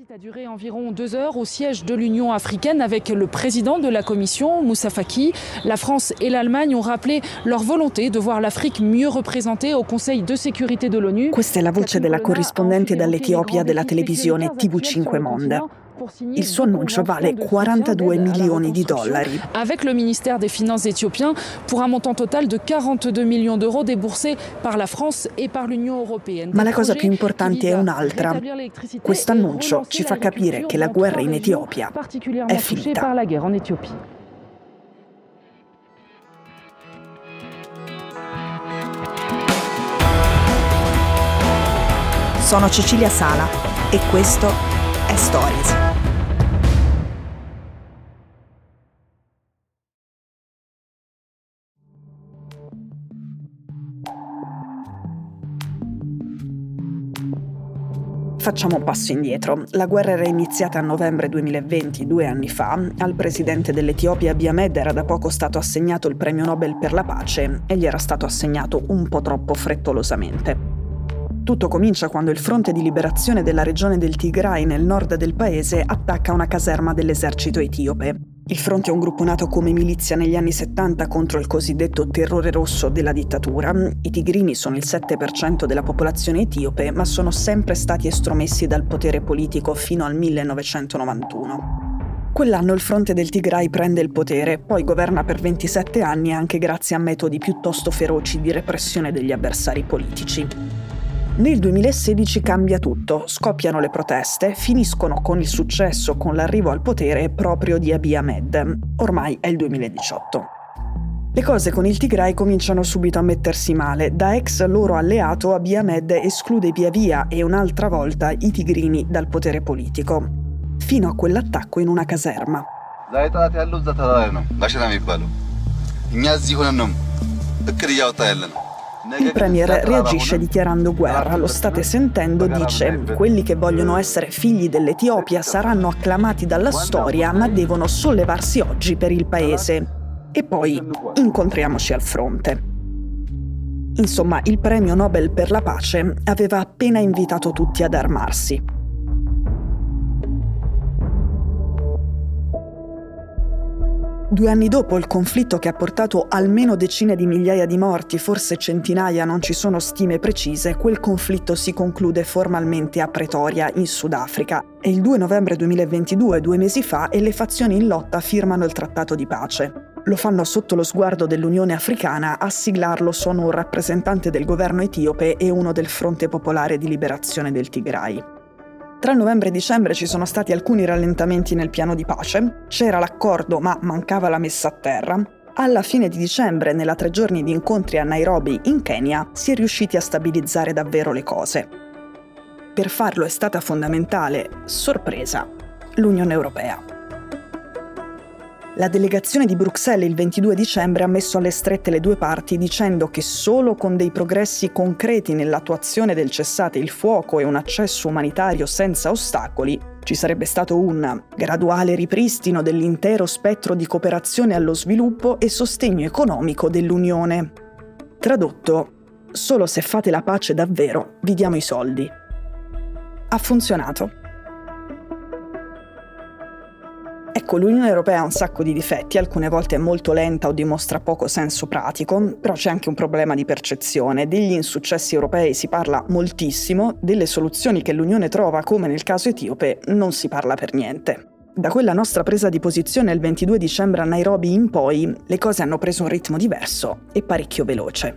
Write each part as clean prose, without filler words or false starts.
a duré environ 2 heures au siège de l'Union africaine avec le président de la Commission, Moussa Faki. La France et l'Allemagne ont rappelé leur volonté de voir l'Afrique mieux représentée au Conseil de sécurité de l'ONU. Questa è la voce della corrispondente dall'Etiopia della televisione TV5 Monde. Il suo annuncio vale 42 milioni di dollari. Avec le ministère des Finances éthiopien pour un montant total de 42 millions d'euros déboursés par la France et par l'Union européenne. Ma la cosa più importante è un'altra. Questo annuncio ci fa capire che la guerra in Etiopia è finita. Sono Cecilia Sala e questo è Stories. Facciamo un passo indietro. La guerra era iniziata a novembre 2020, 2 anni fa. Al presidente dell'Etiopia Abiy Ahmed era da poco stato assegnato il premio Nobel per la pace e gli era stato assegnato un po' troppo frettolosamente. Tutto comincia quando il fronte di liberazione della regione del Tigray nel nord del paese attacca una caserma dell'esercito etiope. Il fronte è un gruppo nato come milizia negli anni 70 contro il cosiddetto terrore rosso della dittatura. I tigrini sono il 7% della popolazione etiope, ma sono sempre stati estromessi dal potere politico fino al 1991. Quell'anno il fronte del Tigray prende il potere, poi governa per 27 anni anche grazie a metodi piuttosto feroci di repressione degli avversari politici. Nel 2016 cambia tutto, scoppiano le proteste, finiscono con il successo con l'arrivo al potere proprio di Abiy Ahmed. Ormai è il 2018. Le cose con il Tigray cominciano subito a mettersi male. Da ex loro alleato Abiy Ahmed esclude via via e un'altra volta i tigrini dal potere politico, fino a quell'attacco in una caserma. Il premier reagisce dichiarando guerra. Lo state sentendo, dice: quelli che vogliono essere figli dell'Etiopia saranno acclamati dalla storia, ma devono sollevarsi oggi per il paese. E poi incontriamoci al fronte. Insomma, il premio Nobel per la pace aveva appena invitato tutti ad armarsi. Due anni dopo il conflitto che ha portato almeno decine di migliaia di morti, forse centinaia, non ci sono stime precise, quel conflitto si conclude formalmente a Pretoria, in Sudafrica. È il 2 novembre 2022, 2 mesi fa, e le fazioni in lotta firmano il trattato di pace. Lo fanno sotto lo sguardo dell'Unione Africana, a siglarlo sono un rappresentante del governo etiope e uno del Fronte Popolare di Liberazione del Tigray. Tra novembre e dicembre ci sono stati alcuni rallentamenti nel piano di pace, c'era l'accordo ma mancava la messa a terra. Alla fine di dicembre, nella 3 giorni di incontri a Nairobi, in Kenya, si è riusciti a stabilizzare davvero le cose. Per farlo è stata fondamentale, sorpresa, l'Unione Europea. La delegazione di Bruxelles il 22 dicembre ha messo alle strette le due parti dicendo che solo con dei progressi concreti nell'attuazione del cessate il fuoco e un accesso umanitario senza ostacoli ci sarebbe stato un graduale ripristino dell'intero spettro di cooperazione allo sviluppo e sostegno economico dell'Unione. Tradotto, solo se fate la pace davvero vi diamo i soldi. Ha funzionato. Ecco, l'Unione Europea ha un sacco di difetti, alcune volte è molto lenta o dimostra poco senso pratico, però c'è anche un problema di percezione. Degli insuccessi europei si parla moltissimo, delle soluzioni che l'Unione trova, come nel caso etiope, non si parla per niente. Da quella nostra presa di posizione il 22 dicembre a Nairobi in poi, le cose hanno preso un ritmo diverso e parecchio veloce.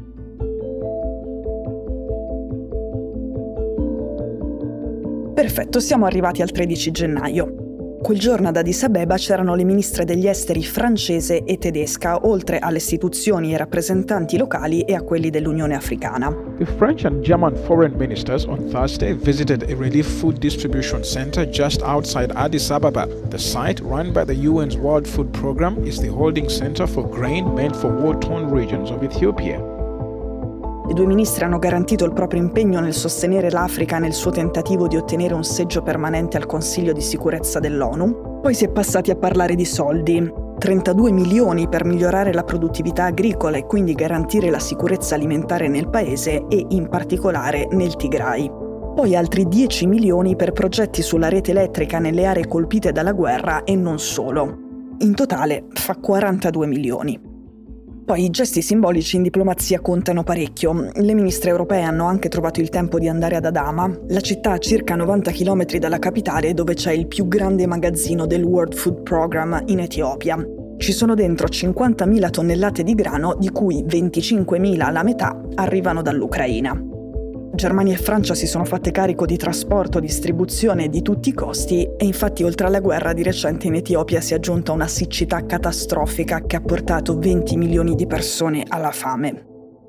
Perfetto, siamo arrivati al 13 gennaio. Quel giorno ad Addis Abeba c'erano le ministre degli esteri francese e tedesca, oltre alle istituzioni e rappresentanti locali e a quelli dell'Unione Africana. The French and German foreign ministers on Thursday visited a relief food distribution center just outside Addis Ababa. The site, run by the UN's World Food Programme, is the holding center for grain meant for war-torn regions of Ethiopia. I due ministri hanno garantito il proprio impegno nel sostenere l'Africa nel suo tentativo di ottenere un seggio permanente al Consiglio di sicurezza dell'ONU. Poi si è passati a parlare di soldi. 32 milioni per migliorare la produttività agricola e quindi garantire la sicurezza alimentare nel paese e in particolare nel Tigray. Poi altri 10 milioni per progetti sulla rete elettrica nelle aree colpite dalla guerra e non solo. In totale fa 42 milioni. Poi i gesti simbolici in diplomazia contano parecchio. Le ministre europee hanno anche trovato il tempo di andare ad Adama, la città a circa 90 km dalla capitale dove c'è il più grande magazzino del World Food Program in Etiopia. Ci sono dentro 50.000 tonnellate di grano, di cui 25.000, la metà, arrivano dall'Ucraina. Germania e Francia si sono fatte carico di trasporto, distribuzione di tutti i costi e infatti oltre alla guerra di recente in Etiopia si è aggiunta una siccità catastrofica che ha portato 20 milioni di persone alla fame.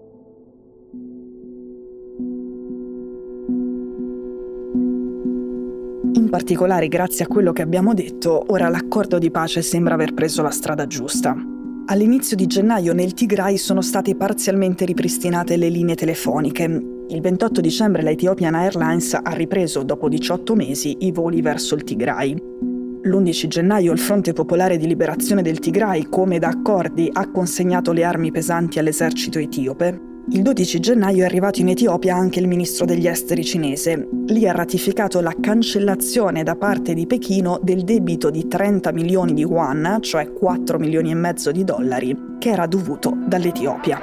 In particolare, grazie a quello che abbiamo detto, ora l'accordo di pace sembra aver preso la strada giusta. All'inizio di gennaio nel Tigray sono state parzialmente ripristinate le linee telefoniche. Il 28 dicembre la Ethiopian Airlines ha ripreso, dopo 18 mesi, i voli verso il Tigray. L'11 gennaio il Fronte Popolare di Liberazione del Tigray, come da accordi, ha consegnato le armi pesanti all'esercito etiope. Il 12 gennaio è arrivato in Etiopia anche il ministro degli esteri cinese. Lì ha ratificato la cancellazione da parte di Pechino del debito di 30 milioni di yuan, cioè 4 milioni e mezzo di dollari, che era dovuto dall'Etiopia.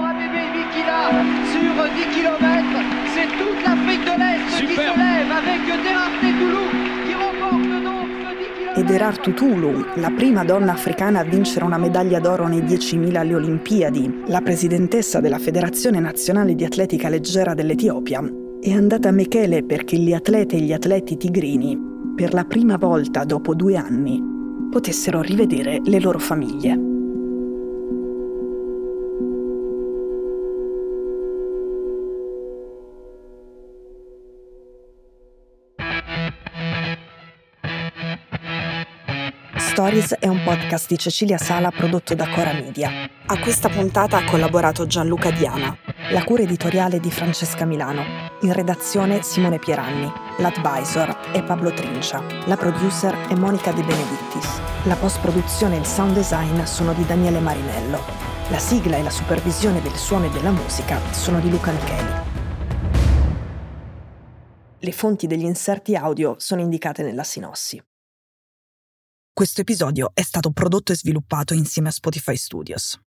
E Derartu Tulu, la prima donna africana a vincere una medaglia d'oro nei 10.000 alle Olimpiadi, la presidentessa della Federazione Nazionale di Atletica Leggera dell'Etiopia, è andata a Mekele perché le atlete e gli atleti tigrini, per la prima volta dopo 2 anni, potessero rivedere le loro famiglie. Stories è un podcast di Cecilia Sala prodotto da Cora Media. A questa puntata ha collaborato Gianluca Diana, la cura editoriale di Francesca Milano, in redazione Simone Pieranni, l'advisor è Pablo Trincia, la producer è Monica De Benedictis, la post-produzione e il sound design sono di Daniele Marinello, la sigla e la supervisione del suono e della musica sono di Luca Micheli. Le fonti degli inserti audio sono indicate nella sinossi. Questo episodio è stato prodotto e sviluppato insieme a Spotify Studios.